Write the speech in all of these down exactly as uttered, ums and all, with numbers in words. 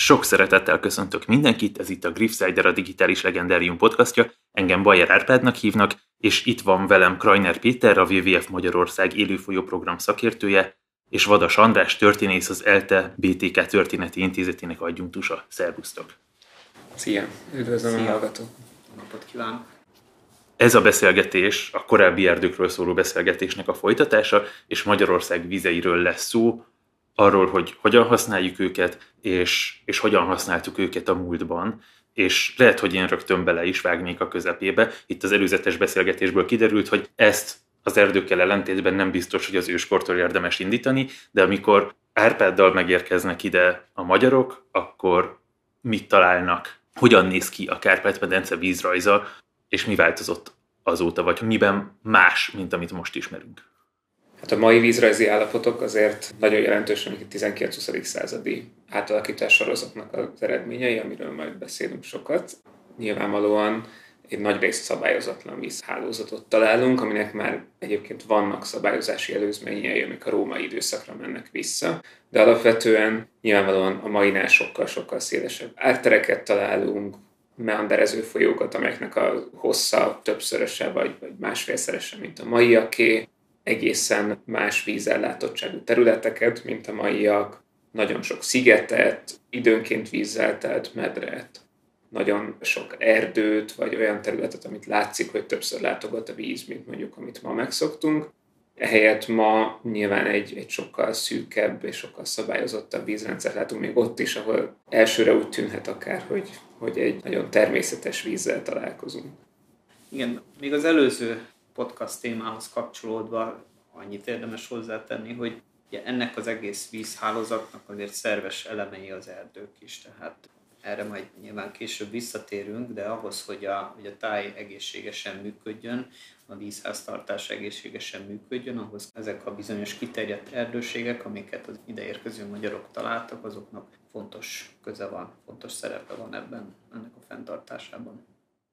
Sok szeretettel köszöntök mindenkit, ez itt a Griffsider, a Digitális Legendárium podcastja, engem Bajer Árpádnak hívnak, és itt van velem Krajner Péter, a dupla vé vé ef Magyarország élőfolyó program szakértője, és Vadas András történész, az ELTE bé té ká Történeti Intézetének adjunktusa. Szervusztok! Szia! Üdvözlöm a hallgatók! Napot kívánok! Ez a beszélgetés a korábbi erdőkről szóló beszélgetésnek a folytatása, és Magyarország vizeiről lesz szó, arról, hogy hogyan használjuk őket, és, és hogyan használtuk őket a múltban, és lehet, hogy én rögtön bele is vágnék a közepébe. Itt az előzetes beszélgetésből kiderült, hogy ezt az erdőkkel ellentétben nem biztos, hogy az őskortól érdemes indítani, de amikor Árpáddal megérkeznek ide a magyarok, akkor mit találnak? Hogyan néz ki a Kárpát-medence vízrajza, és mi változott azóta, vagy miben más, mint amit most ismerünk? Hát a mai vízrajzi állapotok azért nagyon jelentősen a tizenkilenc-huszadik századi átalakítás sorozatnak az eredményei, amiről majd beszélünk sokat. Nyilvánvalóan egy nagy részt szabályozatlan vízhálózatot találunk, aminek már egyébként vannak szabályozási előzményei, amik a római időszakra mennek vissza, de alapvetően nyilvánvalóan a mainál sokkal-sokkal szélesebb ártereket találunk, meanderező folyókat, amelyeknek a hossza többszöröse vagy, vagy másfélszerese, mint a maiaké, egészen más vízellátottságú területeket, mint a maiak, nagyon sok szigetet, időnként vízzel telt medret, nagyon sok erdőt, vagy olyan területet, amit látszik, hogy többször látogat a víz, mint mondjuk, amit ma megszoktunk. Ehelyett ma nyilván egy, egy sokkal szűkebb és sokkal szabályozottabb vízrendszert látunk, még ott is, ahol elsőre úgy tűnhet akár, hogy, hogy egy nagyon természetes vízzel találkozunk. Igen, még az előző podcast témához kapcsolódva annyit érdemes hozzátenni, hogy ugye ennek az egész vízhálózatnak azért szerves elemei az erdők is, tehát erre majd nyilván később visszatérünk, de ahhoz, hogy a, hogy a táj egészségesen működjön, a vízháztartás egészségesen működjön, ahhoz ezek a bizonyos kiterjedt erdőségek, amiket az ideérkező magyarok találtak, azoknak fontos köze van, fontos szerepe van ebben, ennek a fenntartásában.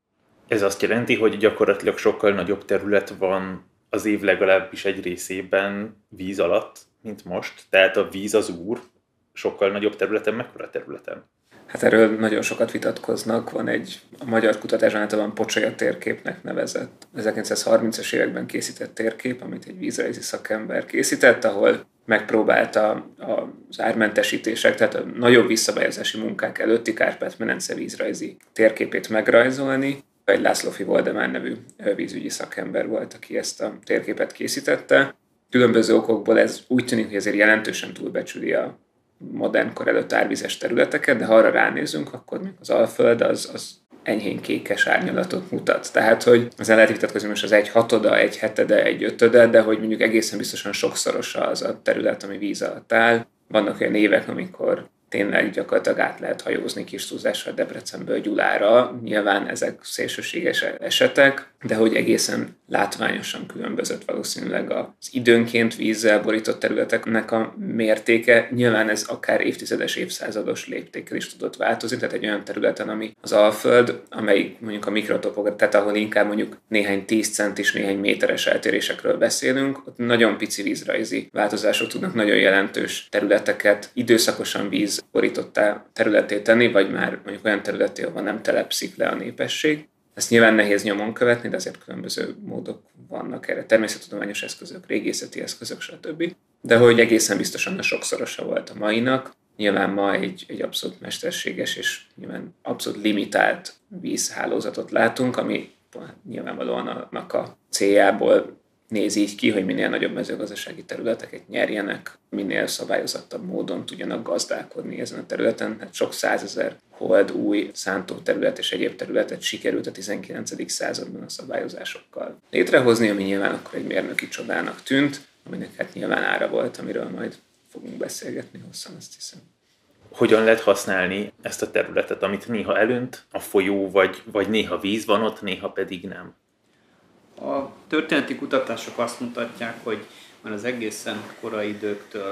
Ez azt jelenti, hogy gyakorlatilag sokkal nagyobb terület van az év legalábbis egy részében víz alatt, mint most. Tehát a víz az úr sokkal nagyobb területen, mekkora területen? Hát erről nagyon sokat vitatkoznak. Van egy a magyar kutatásban általában Pocsolya térképnek nevezett ezerkilencszázharmincas években készített térkép, amit egy vízrajzi szakember készített, ahol megpróbálta az ármentesítések, tehát a nagyobb vízszabályozási munkák előtti Kárpát-medence vízrajzi térképét megrajzolni. Egy Lászlófi Voldemár nevű vízügyi szakember volt, aki ezt a térképet készítette. Különböző okokból ez úgy tűnik, hogy azért jelentősen túlbecsüli a modern kor előtt árvizes területeket, de ha arra ránézünk, akkor az Alföld az, az enyhén kékes árnyalatot mutat. Tehát, hogy az el lehet vitatkozni most az egy hatoda, egy hetede, egy ötöde, de hogy mondjuk egészen biztosan sokszorosa az a terület, ami víz alatt áll. Vannak olyan évek, amikor tényleg gyakorlatilag át lehet hajózni kis túlzással Debrecenből Gyulára. Nyilván ezek szélsőséges esetek, de hogy egészen látványosan különbözött valószínűleg az időnként vízzel borított területeknek a mértéke. Nyilván ez akár évtizedes, évszázados léptékkel is tudott változni, tehát egy olyan területen, ami az Alföld, amelyik mondjuk a mikrotopográfia, tehát ahol inkább mondjuk néhány tíz centis, néhány méteres eltérésekről beszélünk, ott nagyon pici vízrajzi változások tudnak nagyon jelentős területeket időszakosan víz borítottá területé tenni, vagy már mondjuk olyan területé, ahol nem telepszik le a népesség. Ezt nyilván nehéz nyomon követni, de azért különböző módok vannak erre. Természettudományos eszközök, régészeti eszközök, stb. De hogy egészen biztosan a sokszorosa volt a mainak. Nyilván ma egy, egy abszolút mesterséges és nyilván abszolút limitált vízhálózatot látunk, ami nyilvánvalóan annak a céljából néz így ki, hogy minél nagyobb mezőgazdasági területeket nyerjenek, minél szabályozottabb módon tudjanak gazdálkodni ezen a területen. Hát sok százezer hold új szántóterület és egyéb területet sikerült a tizenkilencedik században a szabályozásokkal létrehozni, ami nyilván akkor egy mérnöki csodának tűnt, aminek hát nyilván ára volt, amiről majd fogunk beszélgetni hosszan, azt hiszem. Hogyan lehet használni ezt a területet, amit néha elönt a folyó, vagy, vagy néha víz van ott, néha pedig nem? A történeti kutatások azt mutatják, hogy már az egészen korai időktől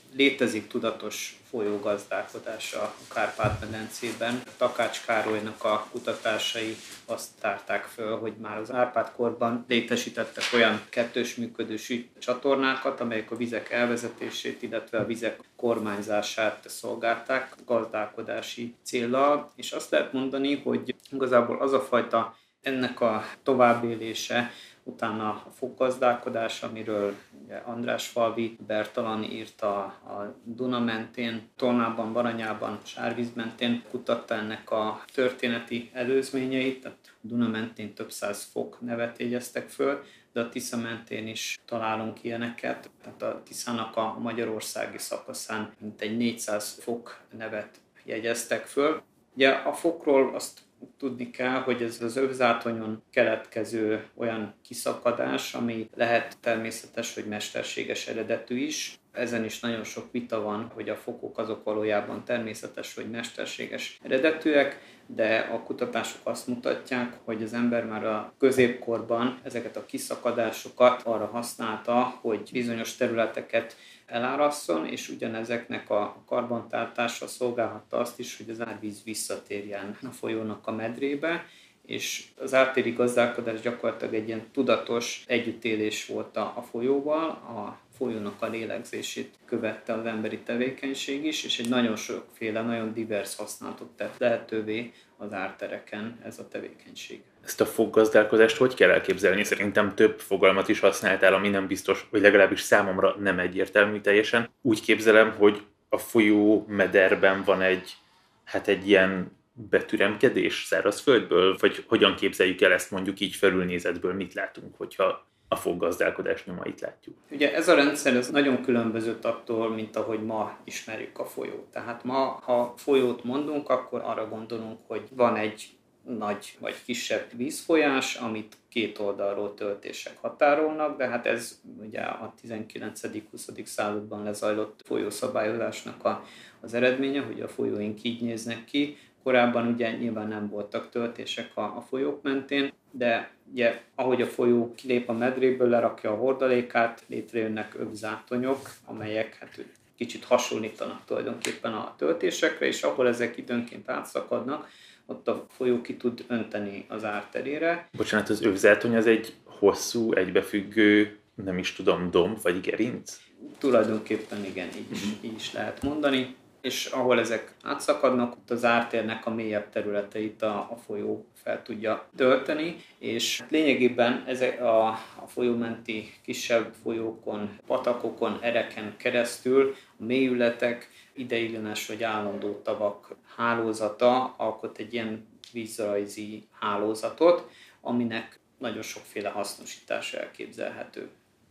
létezik tudatos folyógazdálkodás a Kárpát-medencében. Takács Károlynak a kutatásai azt tárták föl, hogy már az Árpád-korban létesítettek olyan kettős működésű csatornákat, amelyek a vizek elvezetését, illetve a vizek kormányzását szolgálták gazdálkodási céllal, és azt lehet mondani, hogy igazából az a fajta ennek a továbbélése, utána a foggazdálkodás, amiről ugye Andrásfalvi Bertalan írt a, a Duna mentén, Tornában, Baranyában, Sárvíz mentén kutatta ennek a történeti előzményeit, tehát a Duna mentén több száz fok nevet jegyeztek föl, de a Tisza mentén is találunk ilyeneket, tehát a Tiszának a magyarországi szakaszán mintegy négyszáz fok nevet jegyeztek föl. Ugye a fokról azt tudni kell, hogy ez az övzátonyon keletkező olyan kiszakadás, ami lehet természetes, hogy mesterséges eredetű is. Ezen is nagyon sok vita van, hogy a fokok azok valójában természetes vagy mesterséges eredetűek, de a kutatások azt mutatják, hogy az ember már a középkorban ezeket a kiszakadásokat arra használta, hogy bizonyos területeket elárasszon, és ugyanezeknek a karbantartása szolgálhatta azt is, hogy az árvíz visszatérjen a folyónak a medrébe, és az ártéri gazdálkodás gyakorlatilag egy ilyen tudatos együttélés volt a folyóval, a folyónak a lélegzését követte az emberi tevékenység is, és egy nagyon sokféle, nagyon divers használatot tett lehetővé az ártereken ez a tevékenység. Ezt a foggazdálkodást hogy kell elképzelni? Szerintem több fogalmat is használtál, ami nem biztos, vagy legalábbis számomra nem egyértelmű teljesen. Úgy képzelem, hogy a folyó mederben van egy, hát egy ilyen betüremkedés szárazföldből, vagy hogyan képzeljük el ezt mondjuk így felülnézetből, mit látunk, hogyha a foggazdálkodás nyomait látjuk. Ugye ez a rendszer ez nagyon különböző attól, mint ahogy ma ismerjük a folyót. Tehát ma, ha folyót mondunk, akkor arra gondolunk, hogy van egy nagy vagy kisebb vízfolyás, amit két oldalról töltések határolnak, de hát ez ugye a tizenkilencedik-huszadik században lezajlott folyószabályozásnak a, az eredménye, hogy a folyóink így néznek ki. Korábban ugye nyilván nem voltak töltések a, a folyók mentén, de ugye ahogy a folyó kilép a medréből, lerakja a hordalékát, létrejönnek övzátonyok, amelyek hát kicsit hasonlítanak tulajdonképpen a töltésekre, és ahol ezek időnként átszakadnak, ott a folyó ki tud önteni az árterére. Bocsánat, az övzátony az egy hosszú, egybefüggő, nem is tudom, domb vagy gerinc? Tulajdonképpen igen, így is, így is lehet mondani. És ahol ezek átszakadnak, ott az ártérnek a mélyebb területeit a, a folyó fel tudja tölteni, és lényegében ezek a, a folyómenti kisebb folyókon, patakokon, ereken keresztül a mélyületek, ideiglenes vagy állandó tavak hálózata alkot egy ilyen vízrajzi hálózatot, aminek nagyon sokféle hasznosítása elképzelhető.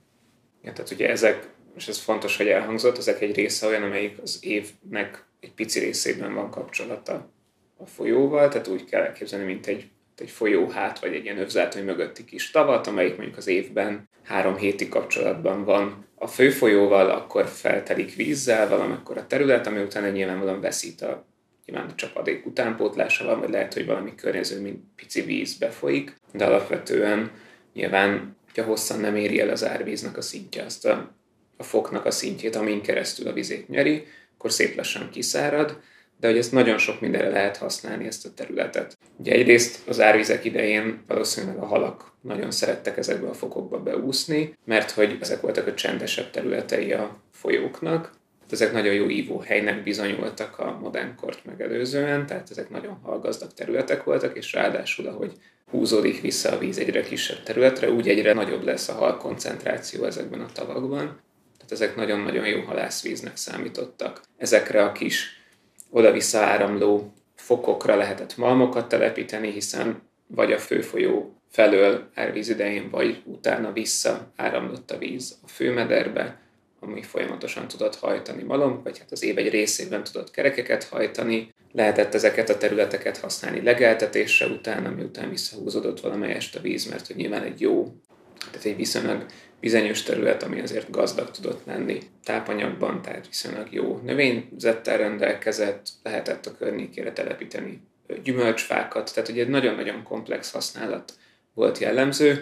Ja, tehát ugye ezek, és ez fontos, hogy elhangzott, ezek egy része olyan, amelyik az évnek egy pici részében van kapcsolata a folyóval, tehát úgy kell elképzelni, mint egy, egy folyóhát, vagy egy ilyen övzátony mögötti kis tavat, amelyik mondjuk az évben három hétig kapcsolatban van a főfolyóval, akkor feltelik vízzel valamekkor a terület, ami utána nyilvánvalóan veszít a, nyilván a csapadék utánpótlása van, vagy lehet, hogy valami környező, mint pici víz befolyik, de alapvetően nyilván, hogyha hosszan nem éri el az árvíznek a szintje, azt a, a foknak a szintjét, amin keresztül a vizét nyeri, akkor szép lassan kiszárad, de hogy ezt nagyon sok mindenre lehet használni, ezt a területet. Ugye egyrészt az árvizek idején valószínűleg a halak nagyon szerettek ezekbe a fokokba beúszni, mert hogy ezek voltak a csendesebb területei a folyóknak. Ezek nagyon jó ívóhelynek bizonyultak a modern kort megelőzően, tehát ezek nagyon halgazdag területek voltak, és ráadásul, ahogy húzódik vissza a víz egyre kisebb területre, úgy egyre nagyobb lesz a hal koncentráció ezekben a tavakban. Tehát ezek nagyon-nagyon jó halászvíznek számítottak. Ezekre a kis oda-vissza áramló fokokra lehetett malmokat telepíteni, hiszen vagy a főfolyó felől árvíz idején, vagy utána vissza áramlott a víz a főmederbe, ami folyamatosan tudott hajtani malom, vagy hát az év egy részében tudott kerekeket hajtani. Lehetett ezeket a területeket használni legeltetésre után, ami után visszahúzódott valamelyest a víz, mert hogy nyilván egy jó, tehát egy viszonylag bizonyos terület, ami azért gazdag tudott lenni tápanyagban, tehát viszonylag jó növényzettel rendelkezett, lehetett a környékére telepíteni gyümölcsfákat, tehát ugye egy nagyon-nagyon komplex használat volt jellemző.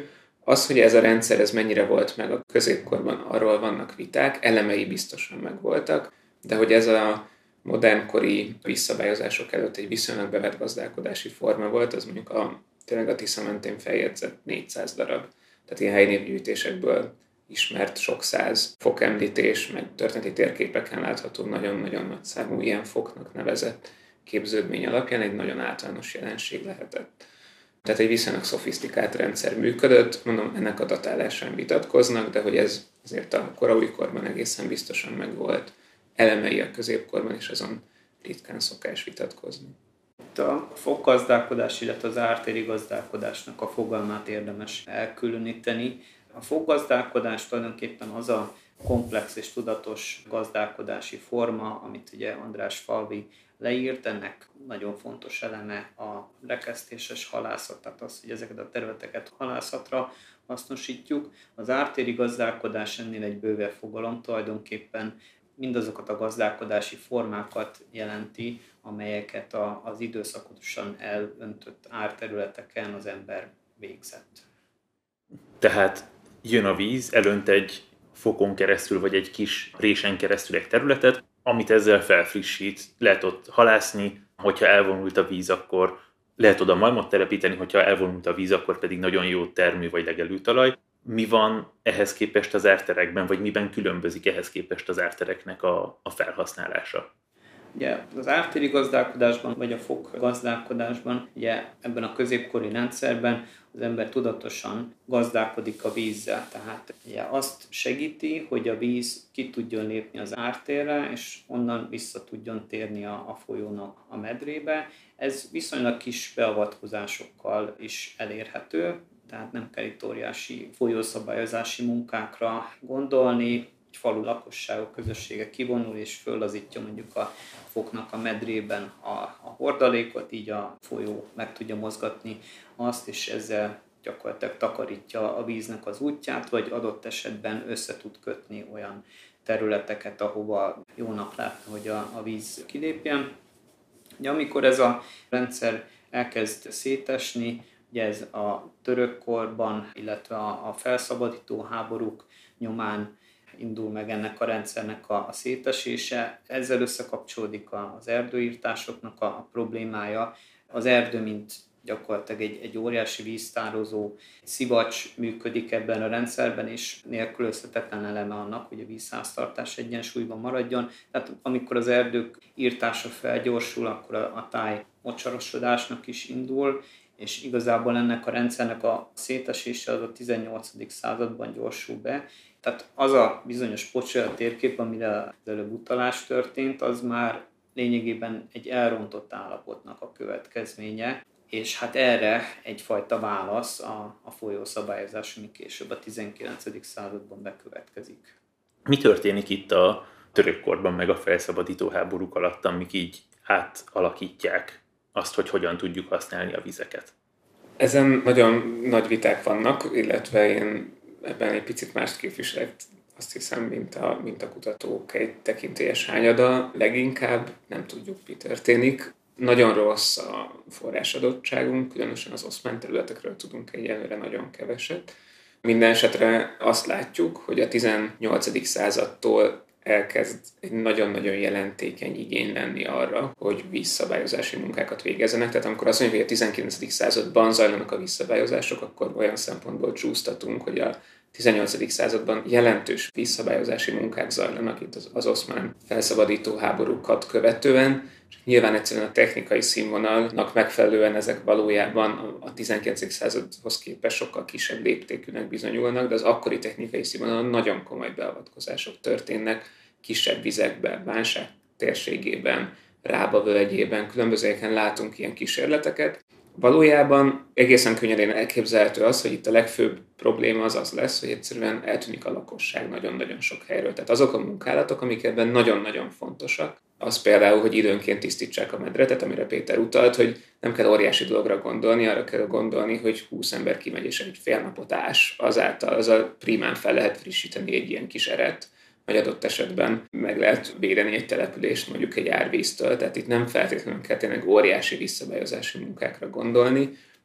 Az, hogy ez a rendszer ez mennyire volt meg a középkorban, arról vannak viták, elemei biztosan megvoltak, de hogy ez a modernkori visszabályozások előtt egy viszonylag bevett gazdálkodási forma volt, az mondjuk a, tényleg a Tisza mentén feljegyzett négyszáz darab. Tehát ilyen helynévgyűjtésekből ismert sok száz fogemlítés, meg történeti térképeken látható nagyon-nagyon nagy számú ilyen foknak nevezett képződmény alapján egy nagyon általános jelenség lehetett. Tehát egy viszonylag szofisztikált rendszer működött, mondom, ennek a datálásán vitatkoznak, de hogy ez azért a koraújkorban egészen biztosan megvolt, elemei a középkorban, és azon ritkán szokás vitatkozni. Itt a foggazdálkodás, illetve az ártéri gazdálkodásnak a fogalmát érdemes elkülöníteni. A foggazdálkodás tulajdonképpen az a komplex és tudatos gazdálkodási forma, amit ugye András Falvi leírt, ennek nagyon fontos eleme a rekesztéses halászat, tehát az, hogy ezeket a területeket halászatra hasznosítjuk. Az ártéri gazdálkodás ennél egy bővebb fogalom, tulajdonképpen mindazokat a gazdálkodási formákat jelenti, amelyeket a, az időszakosan elöntött árterületeken az ember végzett. Tehát jön a víz, elönt egy fokon keresztül, vagy egy kis résen keresztül egy területet, amit ezzel felfrissít, lehet ott halászni, hogyha elvonult a víz, akkor lehet oda majmot telepíteni, hogyha elvonult a víz, akkor pedig nagyon jó termő vagy legelőtalaj. Mi van ehhez képest az árterekben, vagy miben különbözik ehhez képest az ártereknek a, a felhasználása? Ugye az ártéri gazdálkodásban, vagy a foggazdálkodásban, ugye ebben a középkori rendszerben az ember tudatosan gazdálkodik a vízzel. Tehát ugye azt segíti, hogy a víz ki tudjon lépni az ártérre, és onnan vissza tudjon térni a, a folyónak a medrébe. Ez viszonylag kis beavatkozásokkal is elérhető, tehát nem kell itt óriási folyószabályozási munkákra gondolni. Egy falu lakosságok közössége kivonul és föllazítja mondjuk a foknak a medrében a, a hordalékot, így a folyó meg tudja mozgatni azt, és ezzel gyakorlatilag takarítja a víznek az útját, vagy adott esetben össze tud kötni olyan területeket, ahova jónak látna, hogy a, a víz kilépjen. Ugye, amikor ez a rendszer elkezd szétesni, ugye ez a török korban, illetve a, a felszabadító háborúk nyomán indul meg ennek a rendszernek a, a szétesése. Ezzel összekapcsolódik az erdőírtásoknak a, a problémája. Az erdő, mint gyakorlatilag egy, egy óriási víztározó szivacs működik ebben a rendszerben, és nélkülözhetetlen eleme annak, hogy a vízháztartás egyensúlyban maradjon. Tehát amikor az erdők írtása felgyorsul, akkor a, a táj mocsarosodásnak is indul, és igazából ennek a rendszernek a szétesése az a tizennyolcadik században gyorsul be. Tehát az a bizonyos pocsolya térkép, amire az előbb utalás történt, az már lényegében egy elrontott állapotnak a következménye, és hát erre egyfajta válasz a, a folyószabályozás, ami később a tizenkilencedik században bekövetkezik. Mi történik itt a török korban, meg a felszabadító háborúk alatt, amik így átalakítják azt, hogy hogyan tudjuk használni a vizeket? Ezen nagyon nagy viták vannak, illetve én ebben egy picit mást képviselek, azt hiszem, mint a, mint a kutatók egy tekintélyes hányada. Leginkább nem tudjuk, mi történik. Nagyon rossz a forrásadottságunk, különösen az oszmán területekről tudunk egyelőre nagyon keveset. Minden esetre azt látjuk, hogy a tizennyolcadik századtól elkezd egy nagyon-nagyon jelentékeny igény lenni arra, hogy vízszabályozási munkákat végezzenek. Tehát amikor azt mondjuk, hogy a tizenkilencedik században zajlanak a vízszabályozások, akkor olyan szempontból csúsztatunk, hogy a tizennyolcadik században jelentős vízszabályozási munkák zajlanak itt az, az oszmán felszabadító háborúkat követően, és nyilván egyszerűen a technikai színvonalnak megfelelően ezek valójában a tizenkilencedik századhoz képest sokkal kisebb léptékűnek bizonyulnak, de az akkori technikai színvonalon nagyon komoly beavatkozások történnek kisebb vizekben, Bánság térségében, Rába völgyében, különböző helyeken látunk ilyen kísérleteket. Valójában egészen könnyedén elképzelhető az, hogy itt a legfőbb probléma az az lesz, hogy egyszerűen eltűnik a lakosság nagyon-nagyon sok helyről. Tehát azok a munkálatok, amik ebben nagyon-nagyon fontosak, az például, hogy időnként tisztítsák a medretet, amire Péter utalt, hogy nem kell óriási dologra gondolni, arra kell gondolni, hogy húsz ember kimegy és egy fél napot ás, azáltal az a primán fel lehet frissíteni egy ilyen kis eret, vagy adott esetben meg lehet védeni egy települést mondjuk egy árvíztől, tehát itt nem feltétlenül kell tényleg óriási visszabályozási munkákra gondolni,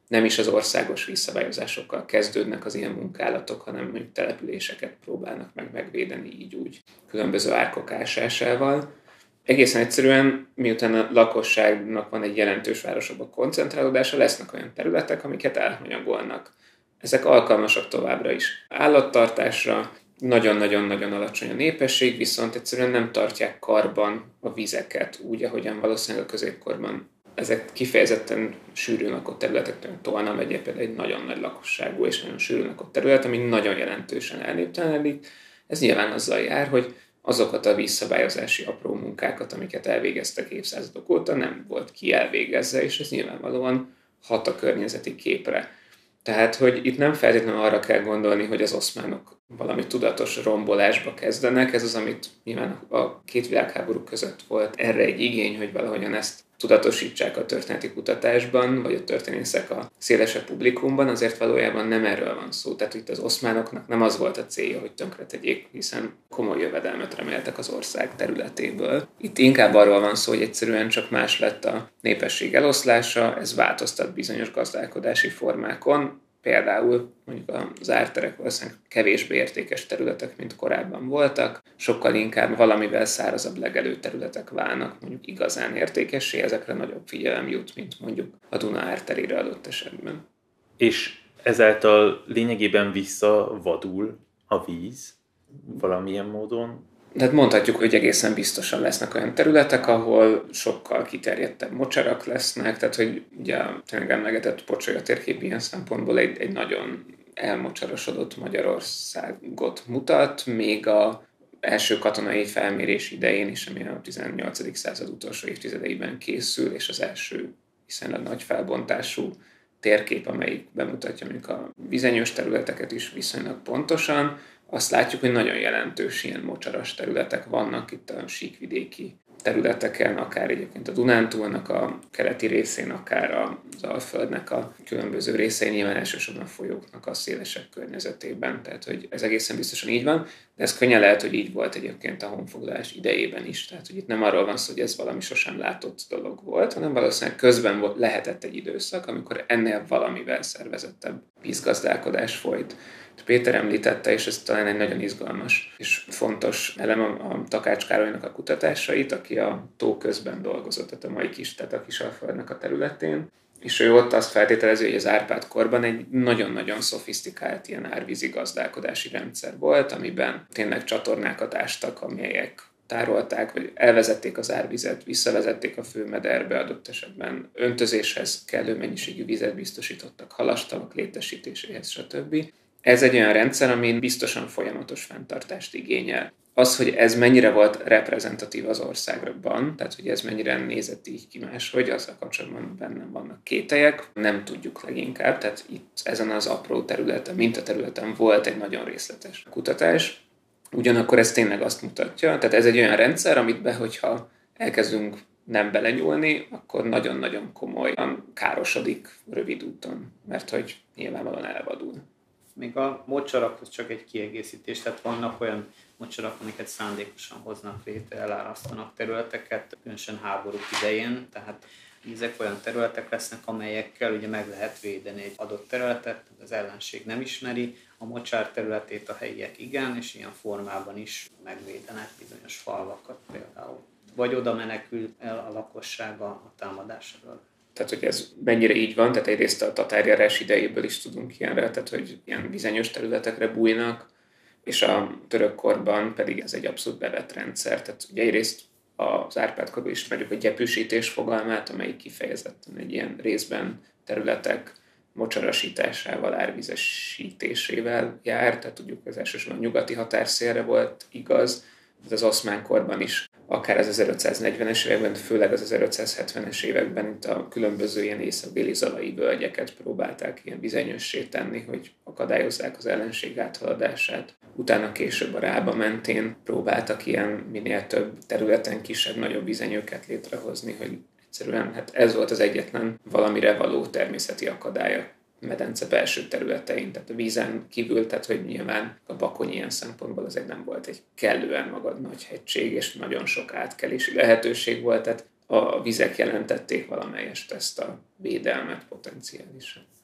nem is az országos vízszabályozásokkal kezdődnek az ilyen munkálatok, hanem mondjuk településeket próbálnak meg megvédeni így úgy különböző árkok ásásával. Egészen egyszerűen, miután a lakosságnak van egy jelentős városokba koncentrálódása, lesznek olyan területek, amiket elhanyagolnak. Ezek alkalmasak továbbra is állattartásra, nagyon-nagyon-nagyon alacsony a népesség, viszont egyszerűen nem tartják karban a vizeket, úgy, ahogyan valószínűleg a középkorban ezek kifejezetten sűrűn lakott területek, Tolna megye például egy nagyon nagy lakosságú és nagyon sűrűn lakott terület, ami nagyon jelentősen elnéptelenedik. Ez nyilván azzal jár, hogy azokat a vízszabályozási apró munkákat, amiket elvégeztek évszázadok óta, nem volt ki elvégezze, és ez nyilvánvalóan hat a környezeti képre. Tehát, hogy itt nem feltétlenül arra kell gondolni, hogy az oszmánok valami tudatos rombolásba kezdenek. Ez az, amit nyilván a két világháború között volt erre egy igény, hogy valahogyan ezt tudatosítsák a történeti kutatásban, vagy a történészek a szélesebb publikumban, azért valójában nem erről van szó. Tehát itt az oszmánoknak nem az volt a célja, hogy tönkretegyék, hiszen komoly jövedelmet reméltek az ország területéből. Itt inkább arról van szó, hogy egyszerűen csak más lett a népesség eloszlása, ez változtat bizonyos gazdálkodási formákon, például mondjuk az árterek valószínűleg kevésbé értékes területek, mint korábban voltak, sokkal inkább valamivel szárazabb legelő területek válnak mondjuk igazán értékessé, ezekre nagyobb figyelem jut, mint mondjuk a Duna árterére adott esetben. És ezáltal lényegében visszavadul a víz valamilyen módon? Tehát mondhatjuk, hogy egészen biztosan lesznek olyan területek, ahol sokkal kiterjedtebb mocsarak lesznek, tehát hogy ugye tényleg emlegetett Pocsolya térkép ilyen szempontból egy, egy nagyon elmocsarosodott Magyarországot mutat, még a első katonai felmérés idején is, ami a tizennyolcadik század utolsó évtizedeiben készül, és az első viszonylag nagy felbontású térkép, amelyik bemutatja mondjuk a vizenyős területeket is viszonylag pontosan, azt látjuk, hogy nagyon jelentős ilyen mocsaras területek vannak itt a síkvidéki területeken, akár egyébként a Dunántúlnak a keleti részén, akár az Alföldnek a különböző részein, nyilván elsősorban a folyóknak a szélesebb környezetében. Tehát, hogy ez egészen biztosan így van, de ez könnyen lehet, hogy így volt egyébként a honfoglalás idejében is. Tehát, hogy itt nem arról van szó, hogy ez valami sosem látott dolog volt, hanem valószínűleg közben volt, lehetett egy időszak, amikor ennél valamivel szervezettebb vízgazdálkodás folyt. Péter említette, és ez talán egy nagyon izgalmas és fontos elem a Takács Károlynak a kutatásait, aki a tó közben dolgozott, tehát a mai kis, tehát a Kisalföldnek a területén. És ő ott azt feltételező, hogy az Árpád korban egy nagyon-nagyon szofisztikált ilyen árvízi gazdálkodási rendszer volt, amiben tényleg csatornákat ástak, amelyek tárolták, vagy elvezették az árvizet, visszavezették a főmederbe, adott esetben öntözéshez kellő mennyiségű vizet biztosítottak, halastalak létesítéséhez, stb. Ez egy olyan rendszer, ami biztosan folyamatos fenntartást igényel. Az, hogy ez mennyire volt reprezentatív az országban, tehát hogy ez mennyire nézett így ki máshogy, azzal kapcsolatban bennem vannak kételyek, nem tudjuk leginkább, tehát itt ezen az apró területen, mintaterületen volt egy nagyon részletes kutatás. Ugyanakkor ez tényleg azt mutatja, tehát ez egy olyan rendszer, amit be, hogyha elkezdünk nem belenyúlni, akkor nagyon-nagyon komolyan károsodik rövid úton, mert hogy nyilvánvalóan elvadul. Még a mocsarakhoz csak egy kiegészítés, tehát vannak olyan mocsarak, amiket szándékosan hoznak létre, elárasztanak területeket, különösen háborúk idején, tehát ezek olyan területek lesznek, amelyekkel ugye meg lehet védeni egy adott területet, az ellenség nem ismeri, a mocsár területét a helyiek igen, és ilyen formában is megvédenek bizonyos falvakat például. Vagy oda menekül el a lakossága a támadás elől. Tehát, hogy ez mennyire így van, tehát egyrészt a tatárjárás idejéből is tudunk ilyenre, tehát, hogy ilyen vizenyős területekre bújnak, és a török korban pedig ez egy abszolút bevett rendszer. Tehát ugye egyrészt az Árpád-korban ismerjük a gyepűsítés fogalmát, amelyik kifejezetten egy ilyen részben területek mocsarasításával, árvizesítésével jár, tehát tudjuk, hogy az elsősorban a nyugati határszélre volt igaz, de az oszmán korban is, akár az ezerötszáznegyvenes években, főleg az ezerötszázhetvenes években itt a különböző ilyen észak-déli zalai völgyeket próbálták ilyen vizenyőssé tenni, hogy akadályozzák az ellenség áthaladását. Utána később a Rába mentén próbáltak ilyen minél több területen kisebb-nagyobb vizenyőket létrehozni, hogy egyszerűen hát ez volt az egyetlen valamire való természeti akadálya medence belső területein, tehát a vízen kívül, tehát hogy nyilván a Bakony ilyen szempontból az egy nem volt egy kellően magad nagy hegység, és nagyon sok átkelési lehetőség volt, tehát a vizek jelentették valamelyest ezt a védelmet potenciálisan.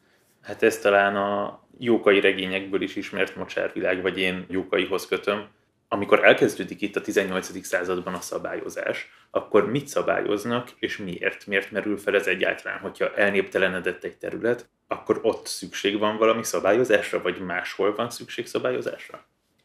Hát ez talán a jókai regényekből is ismert mocsárvilág, vagy én jókaihoz kötöm. Amikor elkezdődik itt a tizennyolcadik században a szabályozás, akkor mit szabályoznak, és miért? Miért merül fel ez egyáltalán? Hogyha elnéptelenedett egy terület, akkor ott szükség van valami szabályozásra, vagy máshol van szükség szabályozásra?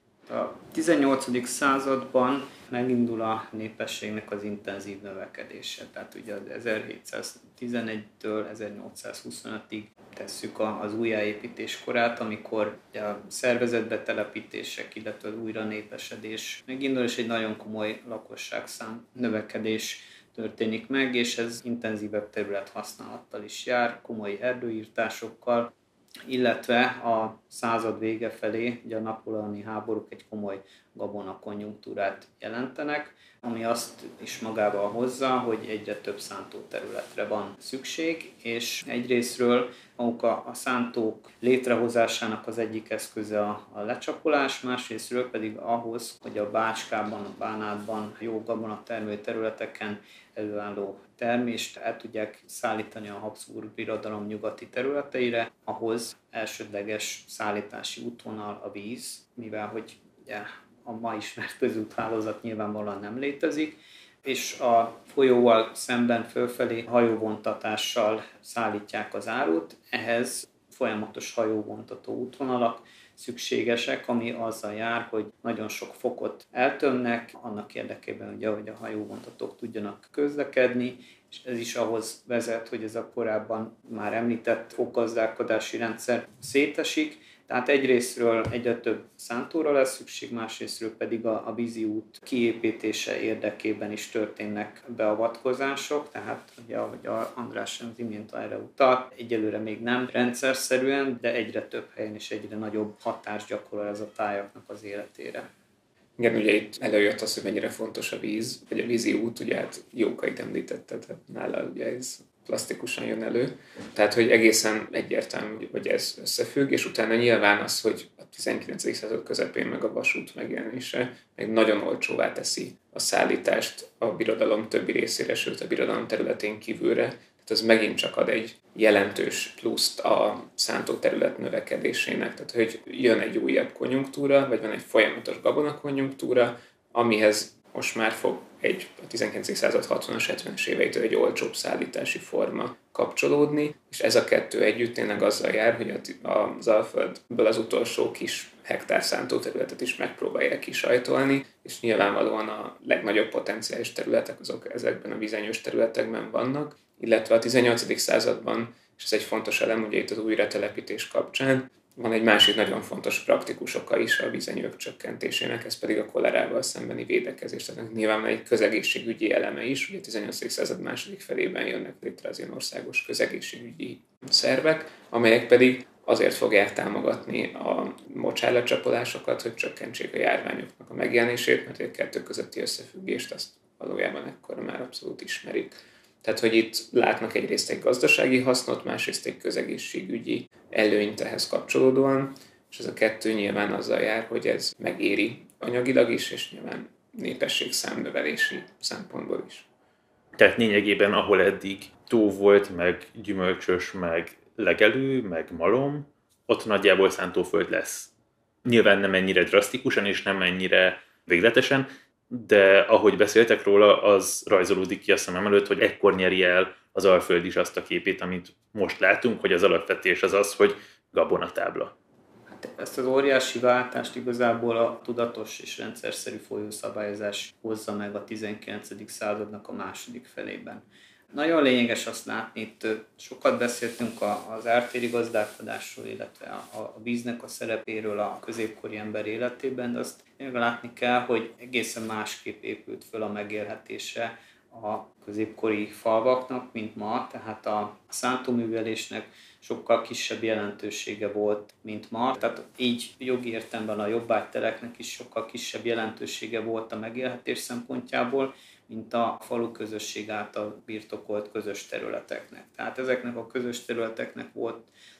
A tizennyolcadik században megindul a népességnek az intenzív növekedése. Tehát ugye az ezerhétszáztizenegytől ezernyolcszázhuszonötig tesszük az újjáépítés korát, amikor a szervezetbetelepítések, illetve az újra népesedés megindul, és egy nagyon komoly lakosságszám növekedés történik meg, és ez intenzívebb területhasználattal is jár, komoly erdőírtásokkal, illetve a század vége felé, ugye a napóleoni háborúk egy komoly gabonakonjunktúrát jelentenek, ami azt is magával hozza, hogy egyre több szántóterületre van szükség, és egyrészről maguk a, a szántók létrehozásának az egyik eszköze a, a lecsapolás, másrészről pedig ahhoz, hogy a Bácskában, a Bánátban, jó gabonatermő területeken előálló termést el tudják szállítani a Habsburg Birodalom nyugati területeire, ahhoz elsődleges szállítási útvonal a víz, mivel hogy ugye, a ma ismert közúthálózat nyilvánvalóan nem létezik, és a folyóval szemben fölfelé hajóvontatással szállítják az árut, ehhez folyamatos hajóvontató útvonalak szükségesek, ami azzal jár, hogy nagyon sok fokot eltömnek, annak érdekében, ugye, hogy a hajóvontatók tudjanak közlekedni, és ez is ahhoz vezet, hogy ez a korábban már említett fokgazdálkodási rendszer szétesik. Tehát egyrészről egyre több szántóra lesz szükség, másrészről pedig a, a vízi út kiépítése érdekében is történnek beavatkozások, tehát ugye, ahogy a András az imént erre utalt, egyelőre még nem rendszerszerűen, de egyre több helyen és egyre nagyobb hatást gyakorol ez a tájaknak az életére. Igen, ugye itt előjött az, hogy mennyire fontos a víz, vagy a vízi út, ugye hát Jókait említetted, tehát nála ugye ez plastikusan jön elő. Tehát, hogy egészen egyértelmű, hogy ez összefügg, és utána nyilván az, hogy a tizenkilencedik század közepén meg a vasút megjelenése meg nagyon olcsóvá teszi a szállítást a birodalom többi részére, sőt a birodalom területén kívülre. Tehát az megint csak ad egy jelentős pluszt a szántóterület növekedésének. Tehát, hogy jön egy újabb konjunktúra, vagy van egy folyamatos gabonakonjunktúra, amihez most már fog egy a tizenkilencedik század hatvanas, hetvenes éveitől egy olcsóbb szállítási forma kapcsolódni, és ez a kettő együtt tényleg azzal jár, hogy az Alföldből az utolsó kis hektár szántóterületet is megpróbálják kisajtolni, és nyilvánvalóan a legnagyobb potenciális területek azok ezekben a vízenyős területekben vannak, illetve a tizennyolcadik században, és ez egy fontos elem, ugye itt az újratelepítés kapcsán, van egy másik nagyon fontos praktikus oka is a vízenyők csökkentésének, ez pedig a kolerával szembeni védekezés. Tehát nyilván egy közegészségügyi eleme is, ugye a tizennyolcadik század második felében jönnek létre az ilyen országos közegészségügyi szervek, amelyek pedig azért fogják támogatni a mocsárlecsapolásokat, hogy csökkentsék a járványoknak a megjelenését, mert a kettő közötti összefüggést azt valójában ekkor már abszolút ismerik. Tehát, hogy itt látnak egyrészt egy gazdasági hasznot, másrészt egy közegészségügyi előnyt ehhez kapcsolódóan, és ez a kettő nyilván azzal jár, hogy ez megéri anyagilag is, és nyilván népességszámnövelési szempontból is. Tehát lényegében, ahol eddig tó volt, meg gyümölcsös, meg legelő, meg malom, ott nagyjából szántóföld lesz. Nyilván nem ennyire drasztikusan, és nem ennyire végletesen, de ahogy beszéltek róla, az rajzolódik ki a szemem előtt, hogy ekkor nyeri el az Alföld is azt a képét, amit most látunk, hogy az alapvetés az az, hogy gabonatábla. Hát ezt az óriási váltást igazából a tudatos és rendszerszerű folyószabályozás hozza meg a tizenkilencedik századnak a második felében. Nagyon lényeges azt látni, itt sokat beszéltünk az ártéri gazdálkodásról, illetve a víznek a szerepéről a középkori ember életében, de azt látni kell, hogy egészen másképp épült föl a megélhetése a középkori falvaknak, mint ma, tehát a szántóművelésnek sokkal kisebb jelentősége volt, mint ma. Tehát így jogi értelemben a jobbágyteleknek is sokkal kisebb jelentősége volt a megélhetés szempontjából, mint a falu közösség által birtokolt közös területeknek. Tehát ezeknek a közös területeknek volt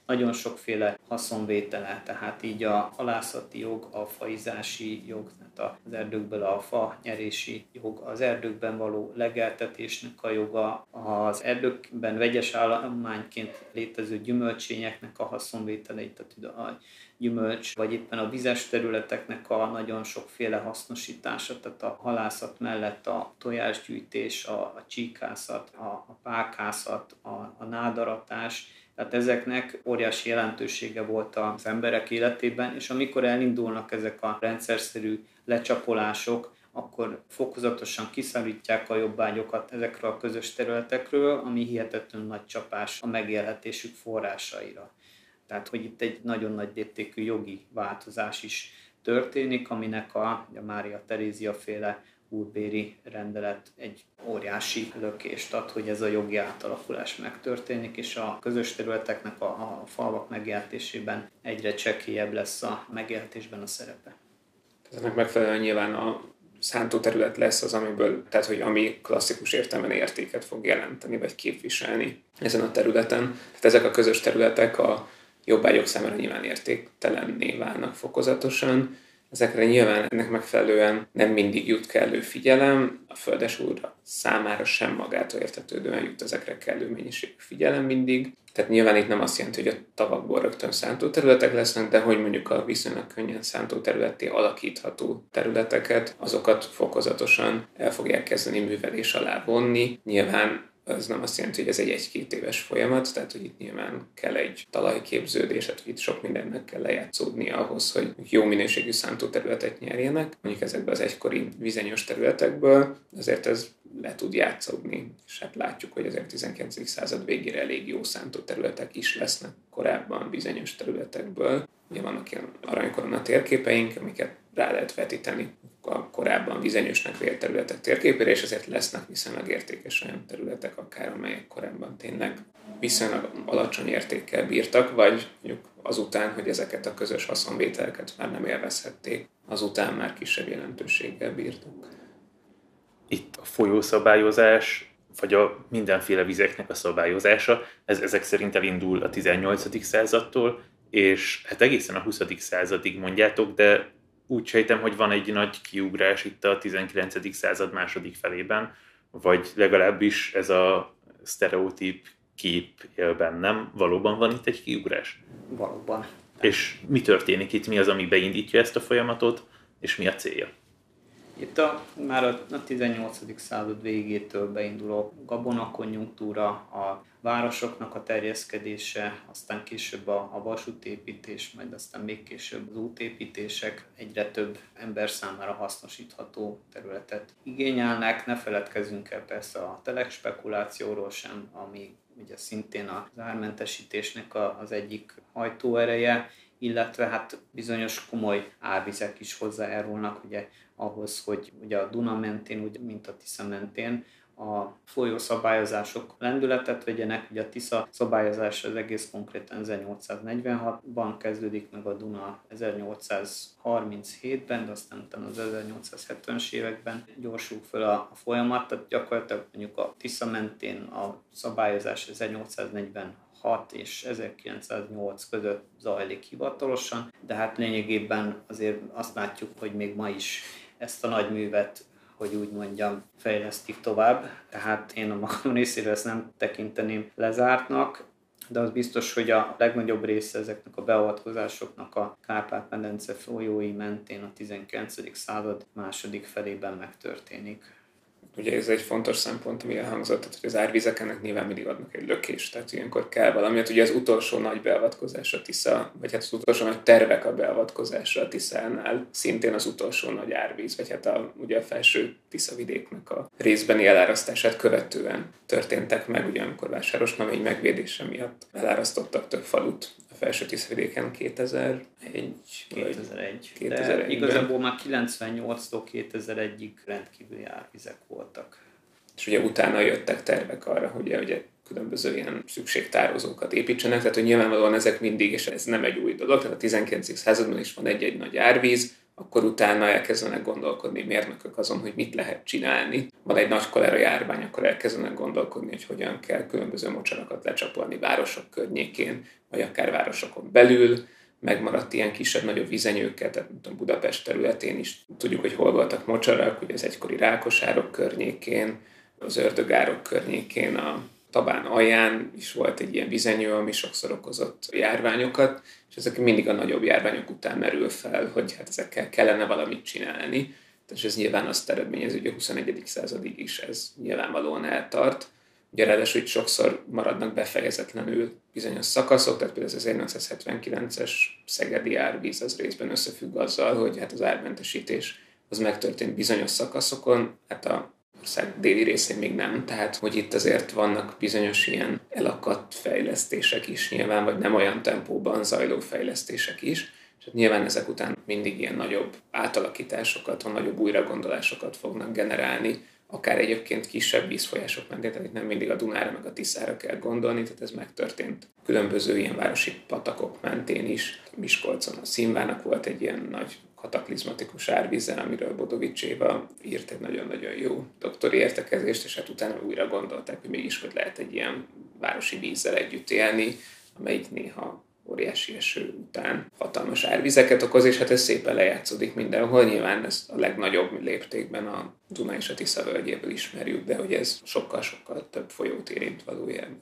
nagyon sokféle haszonvétele, tehát így a halászati jog, a faizási jog, tehát az erdőkből a fa nyerési jog, az erdőkben való legeltetésnek a joga, az erdőkben vegyes állományként létező gyümölcsényeknek a haszonvételei, tehát a gyümölcs, vagy éppen a vizes területeknek a nagyon sokféle hasznosítása, tehát a halászat mellett a tojásgyűjtés, a, a csíkászat, a, a pákászat, a, a nádaratás, tehát ezeknek óriási jelentősége volt az emberek életében, és amikor elindulnak ezek a rendszerszerű lecsapolások, akkor fokozatosan kiszorítják a jobbágyokat ezekről a közös területekről, ami hihetetlenül nagy csapás a megélhetésük forrásaira. Tehát, hogy itt egy nagyon nagy léptékű jogi változás is történik, aminek a, a Mária Terézia féle úrbéri rendelet egy óriási lökést ad, hogy ez a jogi átalakulás megtörténik, és a közös területeknek a, a falvak megélhetésében egyre csekélyebb lesz a megélhetésben a szerepe. Ennek megfelelően nyilván a szántóterület lesz az, amiből, tehát hogy ami klasszikus értelemben értéket fog jelenteni, vagy képviselni ezen a területen. Tehát ezek a közös területek a jobbágyok számára nyilván értéktelenné válnak fokozatosan. Ezekre nyilván ennek megfelelően nem mindig jut kellő figyelem, a földesúr számára sem magától értetődően jut ezekre kellő mennyiségű figyelem mindig. Tehát nyilván itt nem azt jelenti, hogy a tavakból rögtön szántóterületek lesznek, de hogy mondjuk a viszonylag könnyen szántóterületté alakítható területeket, azokat fokozatosan el fogják kezdeni művelés alá vonni. Nyilván az nem azt jelenti, hogy ez egy egy-két éves folyamat, tehát hogy itt nyilván kell egy talajképződés, tehát hogy itt sok mindennek kell lejátszódnia ahhoz, hogy jó minőségű szántóterületet nyerjenek. Mondjuk ezekben az egykori vizenyős területekből azért ez le tud játszódni, és hát látjuk, hogy az tizenkilencedik század végére elég jó szántóterületek is lesznek korábban vizenyős területekből. Ugye vannak ilyen aranykorona térképeink, amiket rá lehet vetíteni a korábban vizenyősnek vélt területek térképére, és ezért lesznek viszonylag értékes olyan területek, akár amelyek korábban tényleg viszonylag alacsony értékkel bírtak, vagy mondjuk azután, hogy ezeket a közös haszonvételeket már nem élvezhették, azután már kisebb jelentőséggel bírtak. Itt a folyószabályozás, vagy a mindenféle vizeknek a szabályozása, ez ezek szerint elindul a tizennyolcadik századtól, és hát egészen a huszadik századig mondjátok, de úgy sejtem, hogy van egy nagy kiugrás itt a tizenkilencedik század második felében, vagy legalábbis ez a sztereotíp kép él bennem. Valóban van itt egy kiugrás? Valóban. És mi történik itt? Mi az, ami beindítja ezt a folyamatot, és mi a célja? Itt a, már a tizennyolcadik század végétől beinduló gabonakonjunktúra, a városoknak a terjeszkedése, aztán később a, a vasútépítés, majd aztán még később az útépítések egyre több ember számára hasznosítható területet igényelnek. Ne feledkezzünk el persze a telekspekulációról sem, ami ugye szintén az ármentesítésnek a, az egyik hajtóereje, illetve hát bizonyos komoly árvizek is hozzájárulnak ugye ahhoz, hogy ugye a Duna mentén, úgy, mint a Tisza mentén a folyószabályozások lendületet vegyenek. Ugye a Tisza szabályozás az egész konkrétan ezernyolcszáznegyvenhatban kezdődik, meg a Duna ezernyolcszázharminchétben, de aztán utána az ezernyolcszázhetvenes években gyorsul fel a, a folyamat, tehát gyakorlatilag mondjuk a Tisza mentén a szabályozás ezernyolcszáznegyvenhat és ezerkilencszáznyolc között zajlik hivatalosan, de hát lényegében azért azt látjuk, hogy még ma is ezt a nagy művet, hogy úgy mondjam, fejlesztik tovább. Tehát én a magam részéről ezt nem tekinteném lezártnak, de az biztos, hogy a legnagyobb része ezeknek a beavatkozásoknak a Kárpát-medence folyói mentén a tizenkilencedik század második felében megtörténik. Ugye ez egy fontos szempont, ami elhangzott, tehát, hogy az árvizek ennek nyilván mindig adnak egy lökést, tehát ilyenkor kell valami. Hát ugye az utolsó nagy beavatkozás a Tisza, vagy hát az utolsó nagy tervek a beavatkozásra a Tiszánál, szintén az utolsó nagy árvíz, vagy hát a, ugye a felső Tiszavidéknek a részbeni elárasztását követően történtek meg, ugye amikor Vásárosnamény megvédése miatt elárasztottak több falut a felső Tiszavidéken kétezer-egy. kétezer-egy. De igazából már kilencvennyolctól kétezer-egyig rendkívüli árvizek voltak. És ugye utána jöttek tervek arra, hogy ugye, ugye különböző ilyen szükségtározókat építsenek, tehát hogy nyilvánvalóan ezek mindig, és ez nem egy új dolog, tehát a tizenkilencedik században is van egy-egy nagy árvíz, akkor utána elkezdenek gondolkodni mérnökök azon, hogy mit lehet csinálni. Van egy nagy kolera járvány, akkor elkezdenek gondolkodni, hogy hogyan kell különböző mocsarakat lecsapolni városok környékén, vagy akár városokon belül. Megmaradt ilyen kisebb-nagyobb vizenyőket, tehát tudom, Budapest területén is tudjuk, hogy hol voltak mocsarak, ugye az egykori Rákosárok környékén, az Ördögárok környékén, a Tabán alján is volt egy ilyen vizenyő, ami sokszor okozott járványokat, és ezek mindig a nagyobb járványok után merül fel, hogy hát ezekkel kellene valamit csinálni. És ez nyilván azt eredményezi, hogy a huszonegyedik századig is ez nyilvánvalóan eltart. Ugye ráadásul itt sokszor maradnak befejezetlenül bizonyos szakaszok, tehát például az ezernyolcszázhetvenkilences szegedi árvíz az részben összefügg azzal, hogy hát az ármentesítés az megtörtént bizonyos szakaszokon, hát a ország déli részén még nem, tehát hogy itt azért vannak bizonyos ilyen elakadt fejlesztések is nyilván, vagy nem olyan tempóban zajló fejlesztések is, és hát nyilván ezek után mindig ilyen nagyobb átalakításokat, vagy nagyobb újragondolásokat fognak generálni, akár egyébként kisebb vízfolyások mentén, tehát itt nem mindig a Dunára meg a Tiszára kell gondolni, tehát ez megtörtént különböző ilyen városi patakok mentén is. Miskolcon a Színvának volt egy ilyen nagy kataklizmatikus árvíze, amiről Bodovics Éva írt egy nagyon-nagyon jó doktori értekezést, és hát utána újra gondolták, hogy mégis hogy lehet egy ilyen városi vízzel együtt élni, amelyik néha óriási eső után hatalmas árvizeket okoz, és hát ez szépen lejátszódik mindenhol. Nyilván ezt a legnagyobb léptékben a Duna és a Tisza völgyéből ismerjük, de hogy ez sokkal-sokkal több folyót érint valójában.